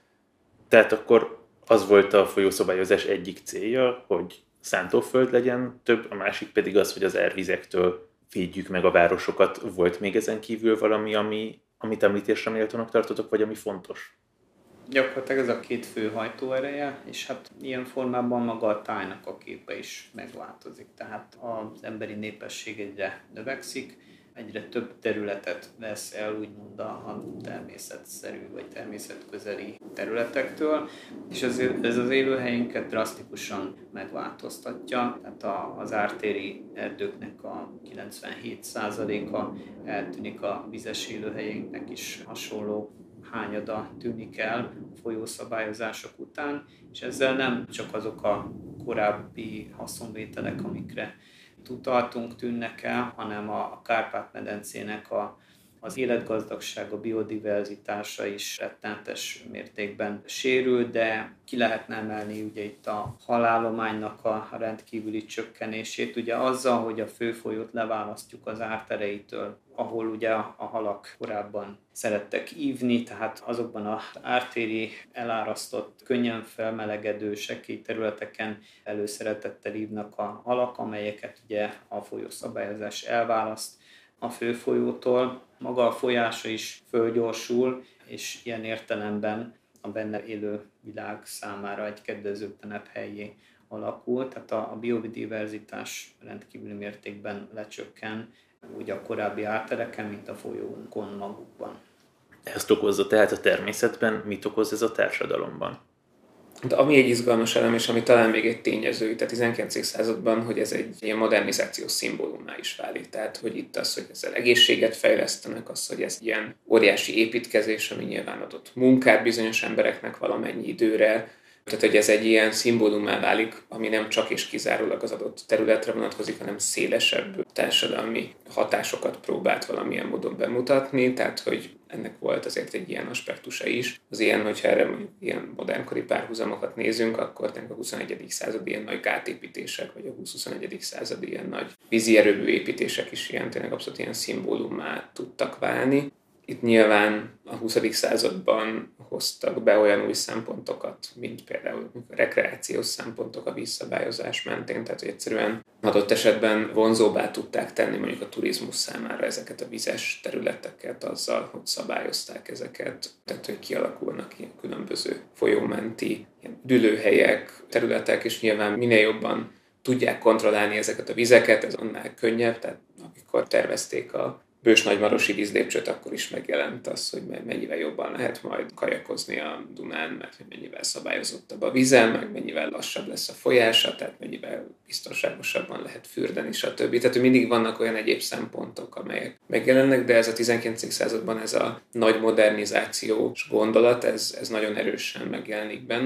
Tehát akkor az volt a folyószabályozás egyik célja, hogy szántóföld legyen több, a másik pedig az, hogy az árvizektől védjük meg a városokat. Volt még ezen kívül valami, ami, amit említésre méltónak tartotok, vagy ami fontos? Gyakorlatilag ez a két fő hajtóereje, és hát ilyen formában maga a tájnak a képe is megváltozik. Tehát az emberi népesség egyre növekszik, egyre több területet vesz el úgymond a természetszerű vagy természetközeli területektől, és ez, ez az élőhelyünket drasztikusan megváltoztatja. Tehát az ártéri erdőknek a kilencvenhét százaléka eltűnik, a vizes élőhelyeinknek is hasonló hányada tűnik el folyószabályozások után, és ezzel nem csak azok a korábbi haszonvételek, amikre utaltunk, tűnnek el, hanem a Kárpát-medencének a, az életgazdagság, a biodiverzitása is rettenetes mértékben sérül, de ki lehetne emelni ugye itt a halállománynak a rendkívüli csökkenését, ugye azzal, hogy a főfolyót leválasztjuk az ártereitől, ahol ugye a halak korábban szerettek ívni, tehát azokban az ártéri, elárasztott, könnyen felmelegedő, sekély területeken előszeretettel ívnak a halak, amelyeket ugye a folyószabályozás elválaszt a főfolyótól. Maga a folyása is fölgyorsul, és ilyen értelemben a benne élő világ számára egy kedvezőtlenebb helyé alakul, tehát a biodiverzitás rendkívüli mértékben lecsökken, úgy a korábbi ártereken, mint a folyónkon magukban. Ezt okozza tehát a természetben, mit okoz ez a társadalomban? De ami egy izgalmas elem, és ami talán még egy tényező itt a tizenkilencedik században, hogy ez egy ilyen modernizációs szimbólumá is válik. Tehát, hogy itt az, hogy ezzel egészséget fejlesztenek, az, hogy ez ilyen óriási építkezés, ami nyilván adott munkát bizonyos embereknek valamennyi időre. Tehát, hogy ez egy ilyen szimbólumá válik, ami nem csak és kizárólag az adott területre vonatkozik, hanem szélesebb társadalmi hatásokat próbált valamilyen módon bemutatni, tehát, hogy ennek volt azért egy ilyen aspektusa is. Az ilyen, hogyha erre mondjuk ilyen modernkori párhuzamokat nézünk, akkor a huszonegyedik század ilyen nagy gátépítések, vagy a húsz-huszonegyedik század ilyen nagy vízi erőmű építések is ilyen, tényleg abszolút ilyen szimbólummá tudtak válni. Itt nyilván a huszadik században hoztak be olyan új szempontokat, mint például a rekreációs szempontok a vízszabályozás mentén, tehát hogy egyszerűen adott esetben vonzóbbá tudták tenni mondjuk a turizmus számára ezeket a vizes területeket azzal, hogy szabályozták ezeket, tehát hogy kialakulnak ilyen különböző folyómenti ilyen dülőhelyek, területek, és nyilván minél jobban tudják kontrollálni ezeket a vizeket, ez annál könnyebb, tehát amikor tervezték a Bős Nagymarosi vízlépcsőt, akkor is megjelent az, hogy mennyivel jobban lehet majd kajakozni a Dunán, mert hogy mennyivel szabályozottabb a vízen, meg mennyivel lassabb lesz a folyása, tehát mennyivel biztonságosabban lehet fürdeni, stb. Tehát hogy mindig vannak olyan egyéb szempontok, amelyek megjelennek, de ez a tizenkilencedik században ez a nagy modernizációs gondolat, ez, ez nagyon erősen megjelenik benne.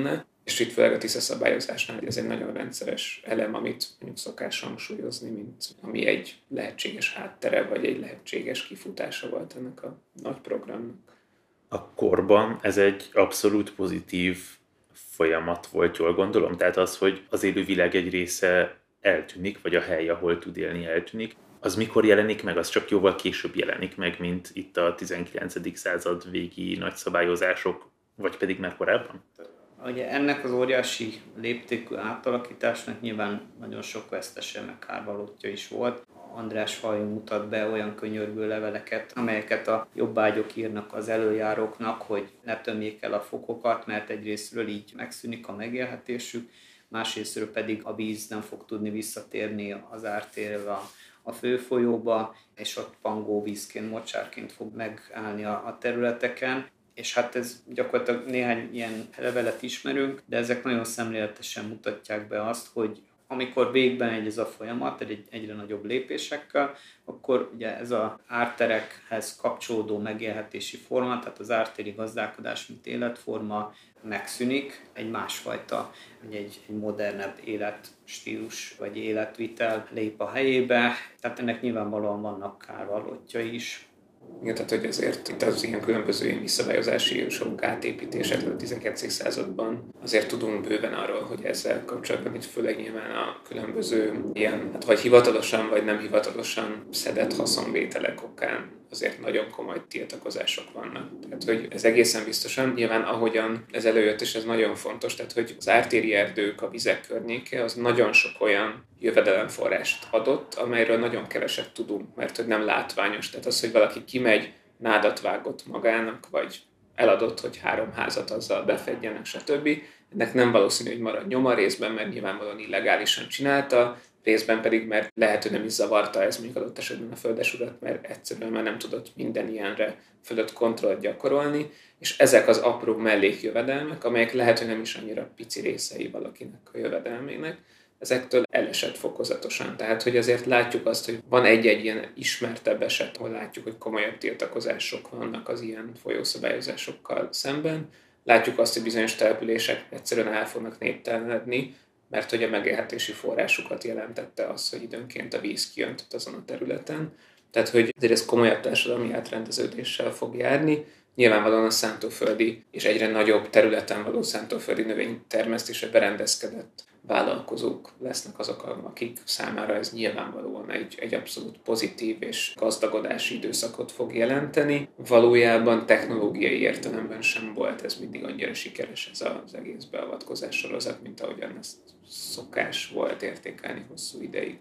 És itt főleg a Tisza szabályozásnál ez egy nagyon rendszeres elem, amit mondjuk szokás hangsúlyozni, mint ami egy lehetséges háttere, vagy egy lehetséges kifutása volt ennek a nagy programnak. A korban ez egy abszolút pozitív folyamat volt, jól gondolom? Tehát az, hogy az élővilág egy része eltűnik, vagy a hely, ahol tud élni, eltűnik, az mikor jelenik meg? Az csak jóval később jelenik meg, mint itt a tizenkilencedik század végi nagyszabályozások, vagy pedig már korábban? Ugye ennek az óriási léptékű átalakításnak nyilván nagyon sok vesztese, meg kárvalótja is volt. András Falvi mutat be olyan könyörgő leveleket, amelyeket a jobbágyok írnak az előjáróknak, hogy ne tömjék el a fokokat, mert egyrésztről így megszűnik a megélhetésük, másrésztről pedig a víz nem fog tudni visszatérni az ártérrel a, a főfolyóba, és ott pangó vízként, mocsárként fog megállni a, a területeken. És hát ez gyakorlatilag néhány ilyen levelet ismerünk, de ezek nagyon szemléletesen mutatják be azt, hogy amikor végben megy ez a folyamat, egy egyre nagyobb lépésekkel, akkor ugye ez az árterekhez kapcsolódó megélhetési forma, tehát az ártéri gazdálkodás, mint életforma megszűnik, egy másfajta, egy, egy modernebb életstílus vagy életvitel lép a helyébe, tehát ennek nyilvánvalóan vannak kárvalótjai is. Igen, tehát hogy ezért itt az ilyen különböző ilyen visszabályozási sorok átépítésekről a tizenkilencedik században azért tudunk bőven arról, hogy ezzel kapcsolatban itt főleg nyilván a különböző ilyen, hát vagy hivatalosan, vagy nem hivatalosan szedett haszonvételek okán azért nagyon komoly tiltakozások vannak. Tehát, hogy ez egészen biztosan, nyilván ahogyan ez előjött, és ez nagyon fontos, tehát, hogy az ártéri erdők, a vizek környéke, az nagyon sok olyan jövedelemforrást adott, amelyről nagyon keveset tudunk, mert hogy nem látványos. Tehát az, hogy valaki kimegy, nádat vágott magának, vagy eladott, hogy három házat azzal befedjenek, stb. Ennek nem valószínű, hogy marad nyoma részben, mert nyilvánvalóan illegálisan csinálta, részben pedig, mert lehet, hogy nem is zavarta ez mondjuk adott esetben a földesurat, mert egyszerűen már nem tudott minden ilyenre fölött kontrollt gyakorolni, és ezek az apró mellékjövedelmek, amelyek lehet, hogy nem is annyira pici részei valakinek a jövedelmének, ezektől elesett fokozatosan. Tehát, hogy azért látjuk azt, hogy van egy-egy ilyen ismertebb eset, ahol látjuk, hogy komolyabb tiltakozások vannak az ilyen folyószabályozásokkal szemben. Látjuk azt, hogy bizonyos települések egyszerűen el fognak néptelenedni, mert hogy a megélhetési forrásukat jelentette az, hogy időnként a víz kijöntött azon a területen. Tehát, hogy azért ez komolyabb társadalmi átrendeződéssel fog járni. Nyilvánvalóan a szántóföldi és egyre nagyobb területen való szántóföldi növénytermesztésre berendezkedett vállalkozók lesznek azok, akik számára ez nyilvánvalóan egy, egy abszolút pozitív és gazdagodási időszakot fog jelenteni. Valójában technológiai értelemben sem volt ez mindig annyira sikeres ez az egész beavatkozás sorozat, mint ahogyan ezt szokás volt értékelni hosszú ideig.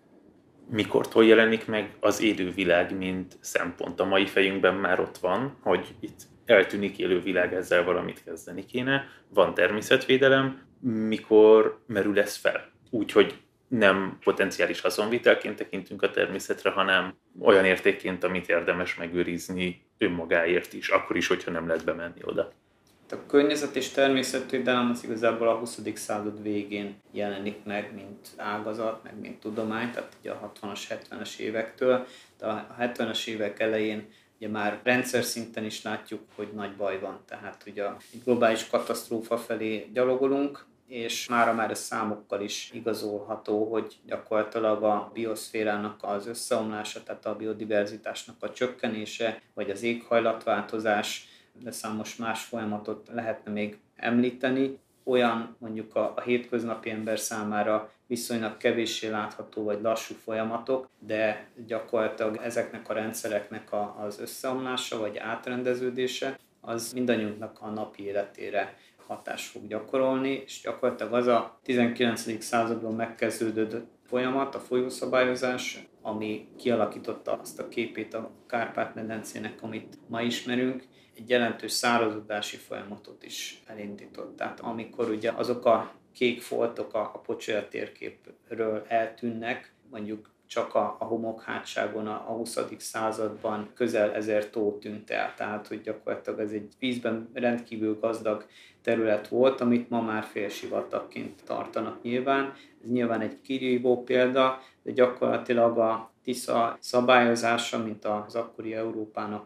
Mikortól jelenik meg az élővilág, mint szempont? A mai fejünkben már ott van, hogy itt eltűnik élővilág, ezzel valamit kezdeni kéne. Van természetvédelem, mikor merül ez fel? Úgyhogy nem potenciális haszonvitelként tekintünk a természetre, hanem olyan értékként, amit érdemes megőrizni önmagáért is, akkor is, hogyha nem lehet bemenni oda. A környezet és természetvédelem az igazából a huszadik század végén jelenik meg, mint ágazat, meg mint tudomány, tehát ugye a hatvanas, hetvenes évektől. De a hetvenes évek elején ugye már rendszer szinten is látjuk, hogy nagy baj van, tehát ugye egy globális katasztrófa felé gyalogolunk, és mára már a számokkal is igazolható, hogy gyakorlatilag a bioszférának az összeomlása, tehát a biodiverzitásnak a csökkenése, vagy az éghajlatváltozás, de számos más folyamatot lehetne még említeni. Olyan mondjuk a, a hétköznapi ember számára viszonylag kevéssé látható vagy lassú folyamatok, de gyakorlatilag ezeknek a rendszereknek a, az összeomlása vagy átrendeződése az mindannyiunknak a napi életére hatást fog gyakorolni, és gyakorlatilag az a tizenkilencedik században megkezdődött folyamat, a folyószabályozás, ami kialakította azt a képét a Kárpát-medencének, amit ma ismerünk, egy jelentős szárazodási folyamatot is elindított. Tehát amikor ugye azok a kék foltok a, a Pocsolya térképről eltűnnek, mondjuk csak a, a homokhátságon a, a huszadik században közel ezer tó tűnt el. Tehát, hogy gyakorlatilag ez egy vízben rendkívül gazdag terület volt, amit ma már félsivatagként tartanak nyilván. Ez nyilván egy kirívó példa, de gyakorlatilag a Tisza szabályozása, mint az akkori Európának a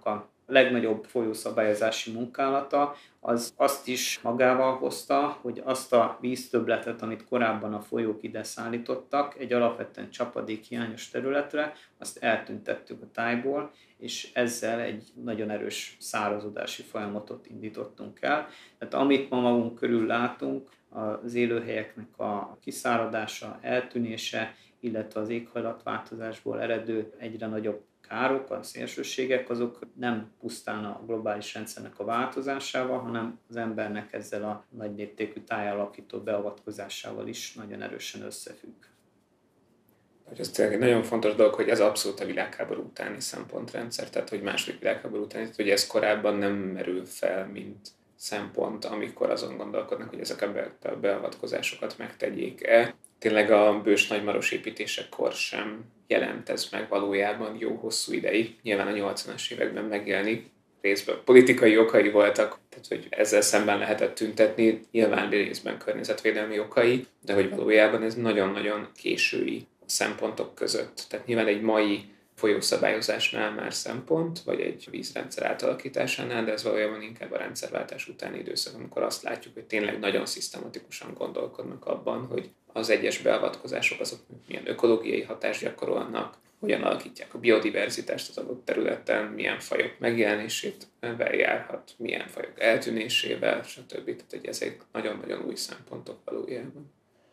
legnagyobb folyószabályozási munkálata az azt is magával hozta, hogy azt a víztöbbletet, amit korábban a folyók ide szállítottak, egy alapvetően csapadékhiányos területre, azt eltüntettük a tájból, és ezzel egy nagyon erős szárazodási folyamatot indítottunk el. Tehát amit ma magunk körül látunk, az élőhelyeknek a kiszáradása, eltűnése, illetve az éghajlatváltozásból eredő egyre nagyobb károk, a szélsőségek, azok nem pusztán a globális rendszernek a változásával, hanem az embernek ezzel a nagy léptékű tájalakító beavatkozásával is nagyon erősen összefügg. Ez tényleg egy nagyon fontos dolog, hogy ez abszolút a világháború utáni szempontrendszer, tehát hogy második világháború utáni, tehát hogy ez korábban nem merül fel, mint szempont, amikor azon gondolkodnak, hogy ezek a beavatkozásokat megtegyék-e. Tényleg a Bős Nagymaros építésekor sem jelent ez meg valójában jó hosszú ideig. Nyilván a nyolcvanas években megjelenik, részben politikai okai voltak, tehát hogy ezzel szemben lehetett tüntetni, nyilván részben környezetvédelmi okai, de hogy valójában ez nagyon-nagyon késői szempontok között. Tehát nyilván egy mai folyószabályozásnál már szempont, vagy egy vízrendszer átalakításánál, de ez valójában inkább a rendszerváltás utáni időszak, amikor azt látjuk, hogy tényleg nagyon szisztematikusan gondolkodnak abban, hogy az egyes beavatkozások azok milyen ökológiai hatást gyakorolnak, hogyan alakítják a biodiverzitást az adott területen, milyen fajok megjelenését járhat, milyen fajok eltűnésével, stb. Tehát hogy ezek nagyon-nagyon új szempontok valójában.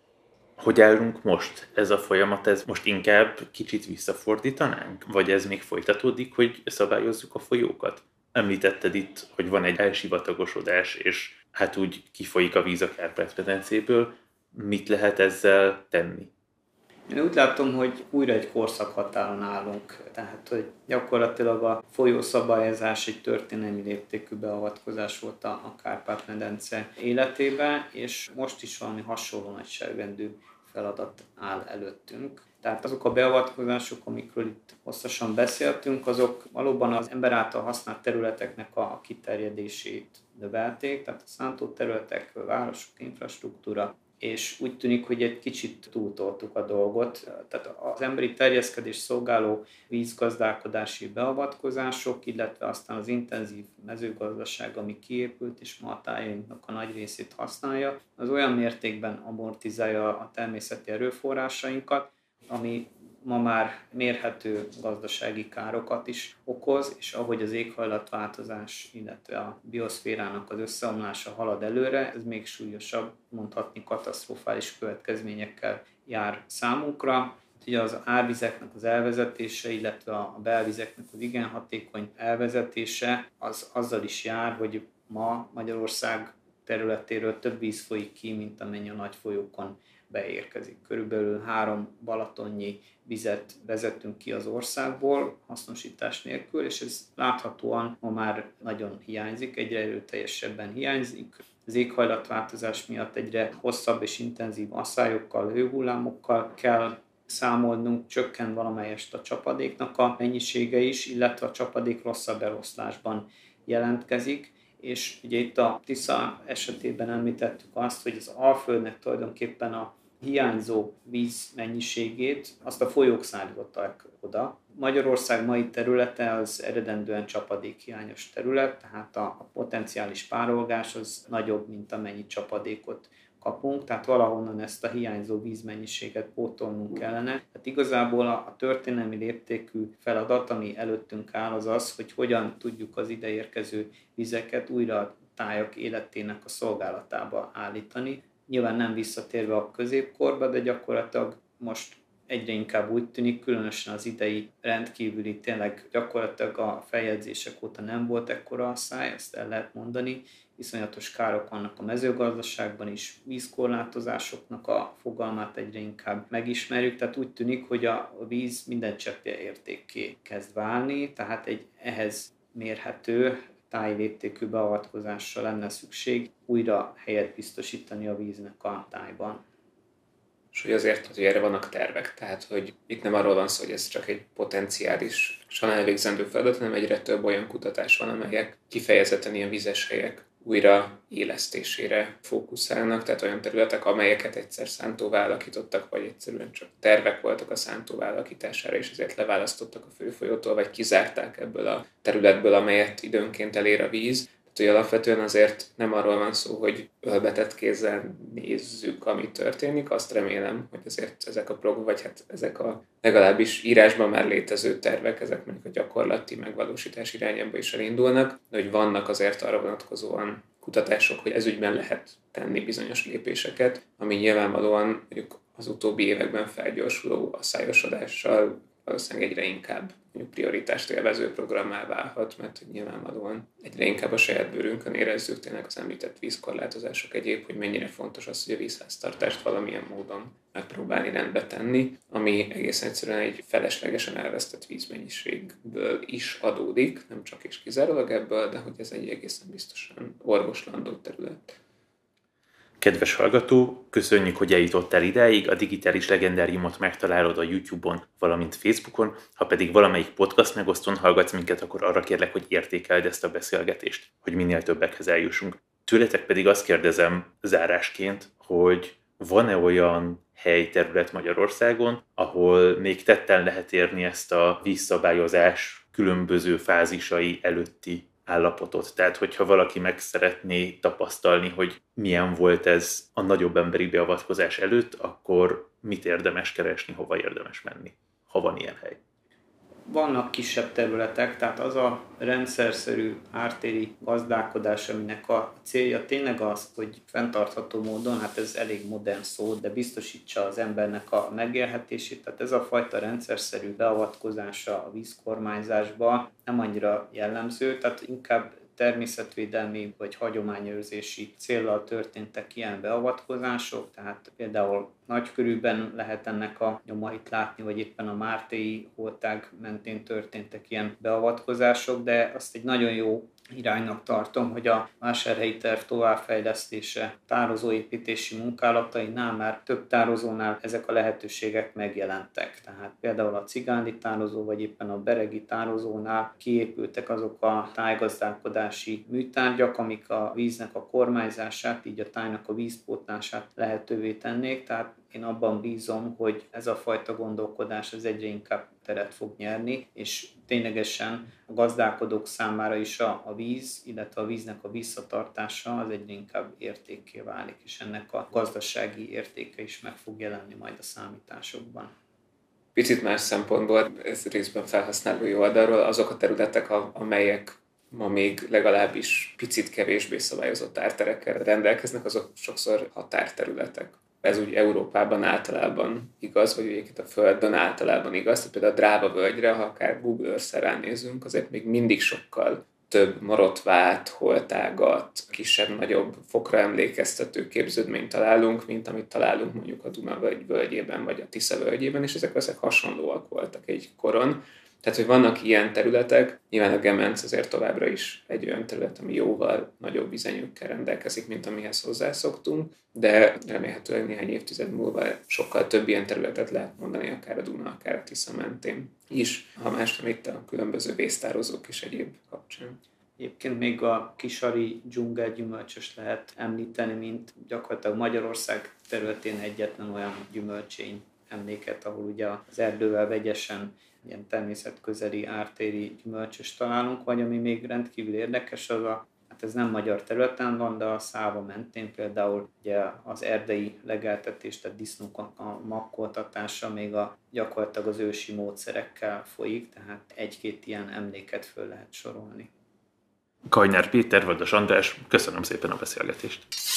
Hogy állunk most? Ez a folyamat, ez most inkább kicsit visszafordítanánk? Vagy ez még folytatódik, hogy szabályozzuk a folyókat? Említetted itt, hogy van egy elsivatagosodás, és hát úgy kifolyik a víz a Kárpát-medencéből. Mit lehet ezzel tenni? Én úgy látom, hogy újra egy korszakhatáron állunk, tehát hogy gyakorlatilag a folyószabályozás egy történelmi léptékű beavatkozás volt a Kárpát-medence életébe, és most is valami hasonló nagyságrendű feladat áll előttünk. Tehát azok a beavatkozások, amikről itt hosszasan beszéltünk, azok valóban az ember által használt területeknek a kiterjedését növelték, tehát a szántóterületek, városok, infrastruktúra, és úgy tűnik, hogy egy kicsit túltoltuk a dolgot. Tehát az emberi terjeszkedés szolgáló vízgazdálkodási beavatkozások, illetve aztán az intenzív mezőgazdaság, ami kiépült, és ma a tájainknak a nagy részét használja, az olyan mértékben amortizálja a természeti erőforrásainkat, ami ma már mérhető gazdasági károkat is okoz, és ahogy az éghajlatváltozás, illetve a bioszférának az összeomlása halad előre, ez még súlyosabb, mondhatni katasztrofális következményekkel jár számunkra. Ugye az árvizeknek az elvezetése, illetve a belvizeknek az igen hatékony elvezetése, az azzal is jár, hogy ma Magyarország területéről több víz folyik ki, mint amennyi a nagy folyókon beérkezik. Körülbelül három balatonnyi vizet vezetünk ki az országból hasznosítás nélkül, és ez láthatóan ma már nagyon hiányzik, egyre erőteljesebben hiányzik. Az éghajlatváltozás miatt egyre hosszabb és intenzív asszályokkal, hőhullámokkal kell számolnunk, csökken valamelyest a csapadéknak a mennyisége is, illetve a csapadék rosszabb eloszlásban jelentkezik. És ugye itt a Tisza esetében említettük azt, hogy az Alföldnek tulajdonképpen a hiányzó víz mennyiségét azt a folyók szállították oda. Magyarország mai területe az eredendően csapadékhiányos terület, tehát a, a potenciális párolgás az nagyobb, mint amennyi csapadékot kapunk, tehát valahonnan ezt a hiányzó vízmennyiséget pótolnunk kellene. Tehát igazából a, a történelmi léptékű feladat, ami előttünk áll, az az, hogy hogyan tudjuk az ideérkező vizeket újra a tájak életének a szolgálatába állítani. Nyilván nem visszatérve a középkorba, de gyakorlatilag most egyre inkább úgy tűnik, különösen az idei rendkívüli, tényleg gyakorlatilag a feljegyzések óta nem volt ekkora asszály, ezt el lehet mondani, iszonyatos károk vannak a mezőgazdaságban is, vízkorlátozásoknak a fogalmát egyre inkább megismerjük, tehát úgy tűnik, hogy a víz minden cseppje értékké kezd válni, tehát egy ehhez mérhető tájléptékű beavatkozásra lenne szükség újra helyet biztosítani a víznek a tájban. És hogy azért, hogy erre vannak tervek, tehát hogy itt nem arról van szó, hogy ez csak egy potenciális, soha elvégzendő feladat, hanem egyre több olyan kutatás van, amelyek kifejezetten ilyen vizes helyek újra élesztésére fókuszálnak, tehát olyan területek, amelyeket egyszer szántóvá alakítottak, vagy egyszerűen csak tervek voltak a szántóvá alakítására, és ezért leválasztottak a főfolyótól, vagy kizárták ebből a területből, amelyet időnként elér a víz. Tehát, hogy alapvetően azért nem arról van szó, hogy ölbetett kézzel nézzük, ami történik. Azt remélem, hogy azért ezek a prog, vagy hát ezek a legalábbis írásban már létező tervek, ezek mondjuk a gyakorlati megvalósítás irányába is elindulnak, de hogy vannak azért arra vonatkozóan kutatások, hogy ez ügyben lehet tenni bizonyos lépéseket, ami nyilvánvalóan mondjuk az utóbbi években felgyorsuló asszályosodással valószínűleg egyre inkább mondjuk prioritást élvező programmá válhat, mert hogy nyilvánvalóan egyre inkább a saját bőrünkön érezzük tényleg az említett vízkorlátozások egyéb, hogy mennyire fontos az, hogy a vízháztartást valamilyen módon megpróbálni rendbe tenni, ami egészen egyszerűen egy feleslegesen elvesztett vízmennyiségből is adódik, nem csak és kizárólag ebből, de hogy ez egy egészen biztosan orvoslandó terület. Kedves hallgató, köszönjük, hogy eljutottál idáig, a Digitális Legendáriumot megtalálod a YouTube-on, valamint Facebookon, ha pedig valamelyik podcast megosztón hallgatsz minket, akkor arra kérlek, hogy értékeld ezt a beszélgetést, hogy minél többekhez eljussunk. Tőletek pedig azt kérdezem zárásként, hogy van-e olyan helyterület Magyarországon, ahol még tetten lehet érni ezt a vízszabályozás különböző fázisai előtti állapotot. Tehát, hogyha valaki meg szeretné tapasztalni, hogy milyen volt ez a nagyobb emberi beavatkozás előtt, akkor mit érdemes keresni, hova érdemes menni, ha van ilyen hely. Vannak kisebb területek, tehát az a rendszerszerű ártéri gazdálkodás, aminek a célja tényleg az, hogy fenntartható módon, hát ez elég modern szó, de biztosítsa az embernek a megélhetését. Tehát ez a fajta rendszerszerű beavatkozása a vízkormányzásba nem annyira jellemző, tehát inkább természetvédelmi vagy hagyományőrzési céllal történtek ilyen beavatkozások, tehát például Nagykörűben lehet ennek a nyomait látni, vagy éppen a Mártéi holtág mentén történtek ilyen beavatkozások, de azt egy nagyon jó iránynak tartom, hogy a vásárhelyi terv továbbfejlesztése tározóépítési munkálatainál már több tározónál ezek a lehetőségek megjelentek. Tehát például a Cigánli tározó, vagy éppen a Beregi tározónál kiépültek azok a tájgazdálkodási műtárgyak, amik a víznek a kormányzását, így a tájnak a vízpótlását lehetővé tennék. Tehát én abban bízom, hogy ez a fajta gondolkodás az egyre inkább teret fog nyerni, és ténylegesen a gazdálkodók számára is a, a víz, illetve a víznek a visszatartása az egyre inkább értékké válik, és ennek a gazdasági értéke is meg fog jelenni majd a számításokban. Picit más szempontból, ez részben felhasználói oldalról, azok a területek, amelyek ma még legalábbis picit kevésbé szabályozott árterekkel rendelkeznek, azok sokszor határterületek. Ez úgy Európában általában igaz, vagy egyébként a Földön általában igaz. Tehát például a Dráva völgyre, ha akár Google Earth-szel ránézünk, azért még mindig sokkal több marotvát, holtágat, kisebb-nagyobb fokra emlékeztető képződményt találunk, mint amit találunk mondjuk a Duna völgyében, vagy a Tisza völgyében, és ezek ezek hasonlóak voltak egy koron. Tehát, hogy vannak ilyen területek, nyilván a Gemenc azért továbbra is egy olyan terület, ami jóval nagyobb vizenyőkkel rendelkezik, mint amihez hozzászoktunk, de remélhetőleg néhány évtized múlva sokkal több ilyen területet lehet mondani, akár a Duna, akár a Tisza mentén is, ha más nem itt a különböző vésztározók és egyéb kapcsán. Egyébként még a Kisari dzsungelgyümölcsös lehet említeni, mint gyakorlatilag Magyarország területén egyetlen olyan gyümölcsény emléket, ahol ugye az erdővel vegyesen ilyen természetközeli ártéri gyümölcsös találunk, vagy ami még rendkívül érdekes, az a, hát ez nem magyar területen van, de a Száva mentén például ugye az erdei legeltetés, tehát disznók a makkoltatása még a gyakorlatilag az ősi módszerekkel folyik, tehát egy-két ilyen emléket föl lehet sorolni. Kajnár Péter, Vadas András, köszönöm szépen a beszélgetést!